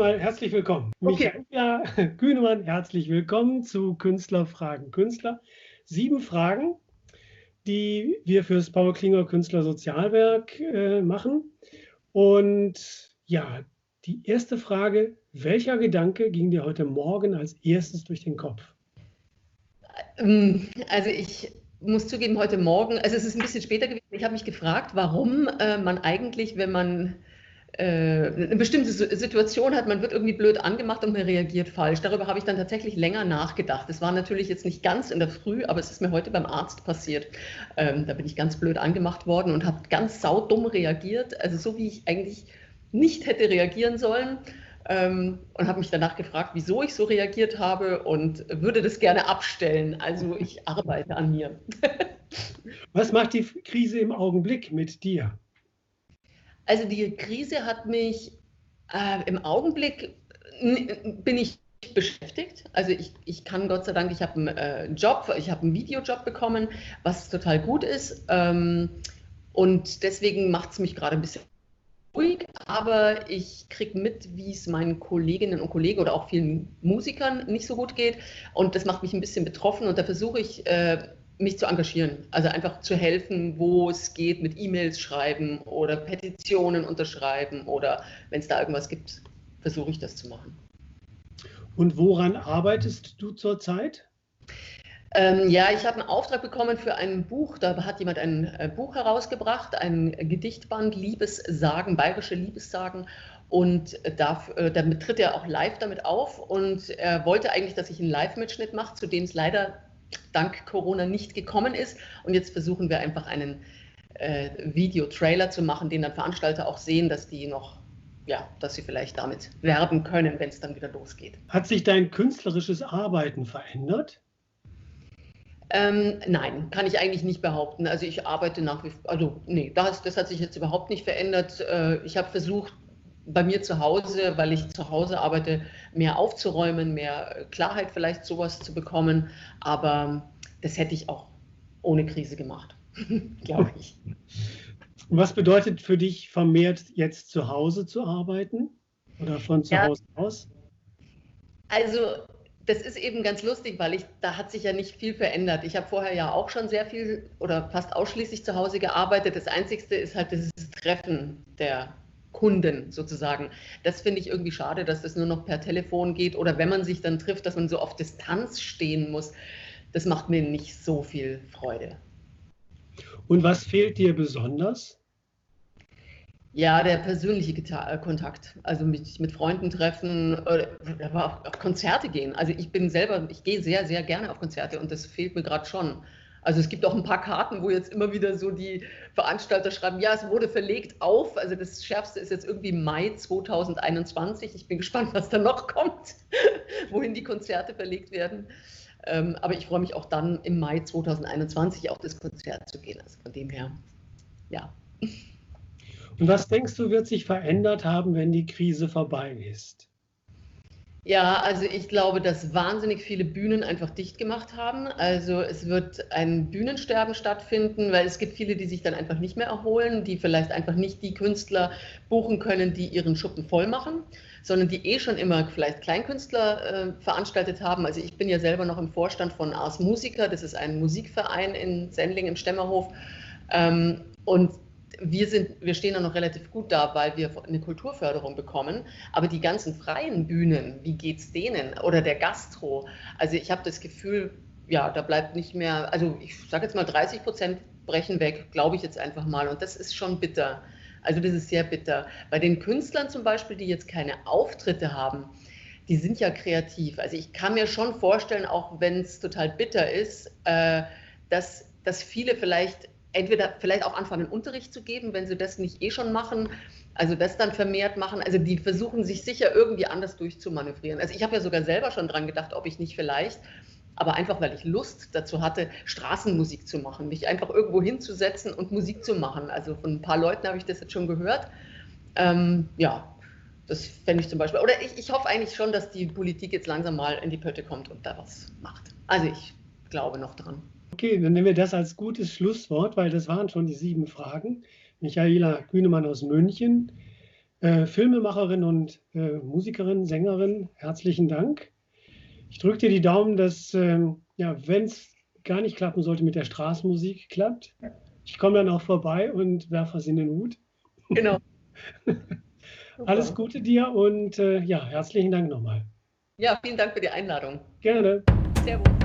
erstmal herzlich willkommen. Okay. Michaela Kühnemann, herzlich willkommen zu Künstler fragen Künstler. 7 Fragen, die wir für das Paul-Klinger Künstlersozialwerk machen. Und ja, die erste Frage: Welcher Gedanke ging dir heute Morgen als erstes durch den Kopf? Also ich muss zugeben, heute Morgen, also es ist ein bisschen später gewesen, ich habe mich gefragt, warum man eigentlich, wenn man eine bestimmte Situation hat, man wird irgendwie blöd angemacht und man reagiert falsch. Darüber habe ich dann tatsächlich länger nachgedacht. Das war natürlich jetzt nicht ganz in der Früh, aber es ist mir heute beim Arzt passiert. Da bin ich ganz blöd angemacht worden und habe ganz saudumm reagiert, also so wie ich eigentlich nicht hätte reagieren sollen. Und habe mich danach gefragt, wieso ich so reagiert habe und würde das gerne abstellen. Also ich arbeite an mir. Was macht die Krise im Augenblick mit dir? Also die Krise hat mich im Augenblick bin ich beschäftigt. Also ich kann Gott sei Dank, ich habe einen Job, ich habe einen Videojob bekommen, was total gut ist. Und deswegen macht es mich gerade ein bisschen ruhig, aber ich kriege mit, wie es meinen Kolleginnen und Kollegen oder auch vielen Musikern nicht so gut geht. Und das macht mich ein bisschen betroffen und da versuche ich, mich zu engagieren. Also einfach zu helfen, wo es geht, mit E-Mails schreiben oder Petitionen unterschreiben oder wenn es da irgendwas gibt, versuche ich das zu machen. Und woran arbeitest du zurzeit? Ja, ich habe einen Auftrag bekommen für ein Buch. Da hat jemand ein Buch herausgebracht, ein Gedichtband, Liebessagen, bayerische Liebessagen. Und damit tritt er auch live damit auf. Und er wollte eigentlich, dass ich einen Live-Mitschnitt mache, zu dem es leider dank Corona nicht gekommen ist. Und jetzt versuchen wir einfach einen Videotrailer zu machen, den dann Veranstalter auch sehen, dass die noch, ja, dass sie vielleicht damit werben können, wenn es dann wieder losgeht. Hat sich dein künstlerisches Arbeiten verändert? Nein, kann ich eigentlich nicht behaupten. Also ich arbeite nach wie vor, also nee, das hat sich jetzt überhaupt nicht verändert. Ich habe versucht, bei mir zu Hause, weil ich zu Hause arbeite, mehr aufzuräumen, mehr Klarheit vielleicht sowas zu bekommen. Aber das hätte ich auch ohne Krise gemacht, glaube ich. Was bedeutet für dich vermehrt jetzt zu Hause zu arbeiten oder von zu Hause aus? Also das ist eben ganz lustig, weil da hat sich ja nicht viel verändert. Ich habe vorher ja auch schon sehr viel oder fast ausschließlich zu Hause gearbeitet. Das Einzigste ist halt das Treffen der Kunden sozusagen. Das finde ich irgendwie schade, dass das nur noch per Telefon geht oder wenn man sich dann trifft, dass man so auf Distanz stehen muss. Das macht mir nicht so viel Freude. Und was fehlt dir besonders? Ja, der persönliche Kontakt, also mit Freunden treffen, aber auch auf Konzerte gehen. Also ich gehe sehr, sehr gerne auf Konzerte und das fehlt mir gerade schon. Also es gibt auch ein paar Karten, wo jetzt immer wieder so die Veranstalter schreiben, ja, es wurde verlegt auf. Also das Schärfste ist jetzt irgendwie Mai 2021. Ich bin gespannt, was da noch kommt, wohin die Konzerte verlegt werden. Aber ich freue mich auch dann im Mai 2021 auf das Konzert zu gehen. Also von dem her, ja. Und was denkst du, wird sich verändert haben, wenn die Krise vorbei ist? Ja, also ich glaube, dass wahnsinnig viele Bühnen einfach dicht gemacht haben. Also es wird ein Bühnensterben stattfinden, weil es gibt viele, die sich dann einfach nicht mehr erholen, die vielleicht einfach nicht die Künstler buchen können, die ihren Schuppen voll machen, sondern die schon immer vielleicht Kleinkünstler veranstaltet haben. Also ich bin ja selber noch im Vorstand von Ars Musica, das ist ein Musikverein in Sendling im Stemmerhof. Und wir stehen da noch relativ gut da, weil wir eine Kulturförderung bekommen. Aber die ganzen freien Bühnen, wie geht's denen? Oder der Gastro? Also ich habe das Gefühl, ja, da bleibt nicht mehr, also ich sage jetzt mal 30% brechen weg, glaube ich jetzt einfach mal. Und das ist schon bitter. Also das ist sehr bitter. Bei den Künstlern zum Beispiel, die jetzt keine Auftritte haben, die sind ja kreativ. Also ich kann mir schon vorstellen, auch wenn es total bitter ist, dass viele vielleicht auch anfangen, Unterricht zu geben, wenn sie das nicht schon machen, also das dann vermehrt machen. Also die versuchen sich sicher irgendwie anders durchzumanövrieren. Also ich habe ja sogar selber schon dran gedacht, ob ich nicht vielleicht, aber einfach, weil ich Lust dazu hatte, Straßenmusik zu machen, mich einfach irgendwo hinzusetzen und Musik zu machen. Also von ein paar Leuten habe ich das jetzt schon gehört. Ja, das fände ich zum Beispiel. Oder ich hoffe eigentlich schon, dass die Politik jetzt langsam mal in die Pötte kommt und da was macht. Also ich glaube noch dran. Okay, dann nehmen wir das als gutes Schlusswort, weil das waren schon die 7 Fragen. Michaela Kühnemann aus München. Filmemacherin und Musikerin, Sängerin. Herzlichen Dank. Ich drücke dir die Daumen, dass, ja, wenn es gar nicht klappen sollte mit der Straßenmusik, klappt. Ich komme dann auch vorbei und werfe was in den Hut. Genau. Alles Gute dir und ja, herzlichen Dank nochmal. Ja, vielen Dank für die Einladung. Gerne. Servus.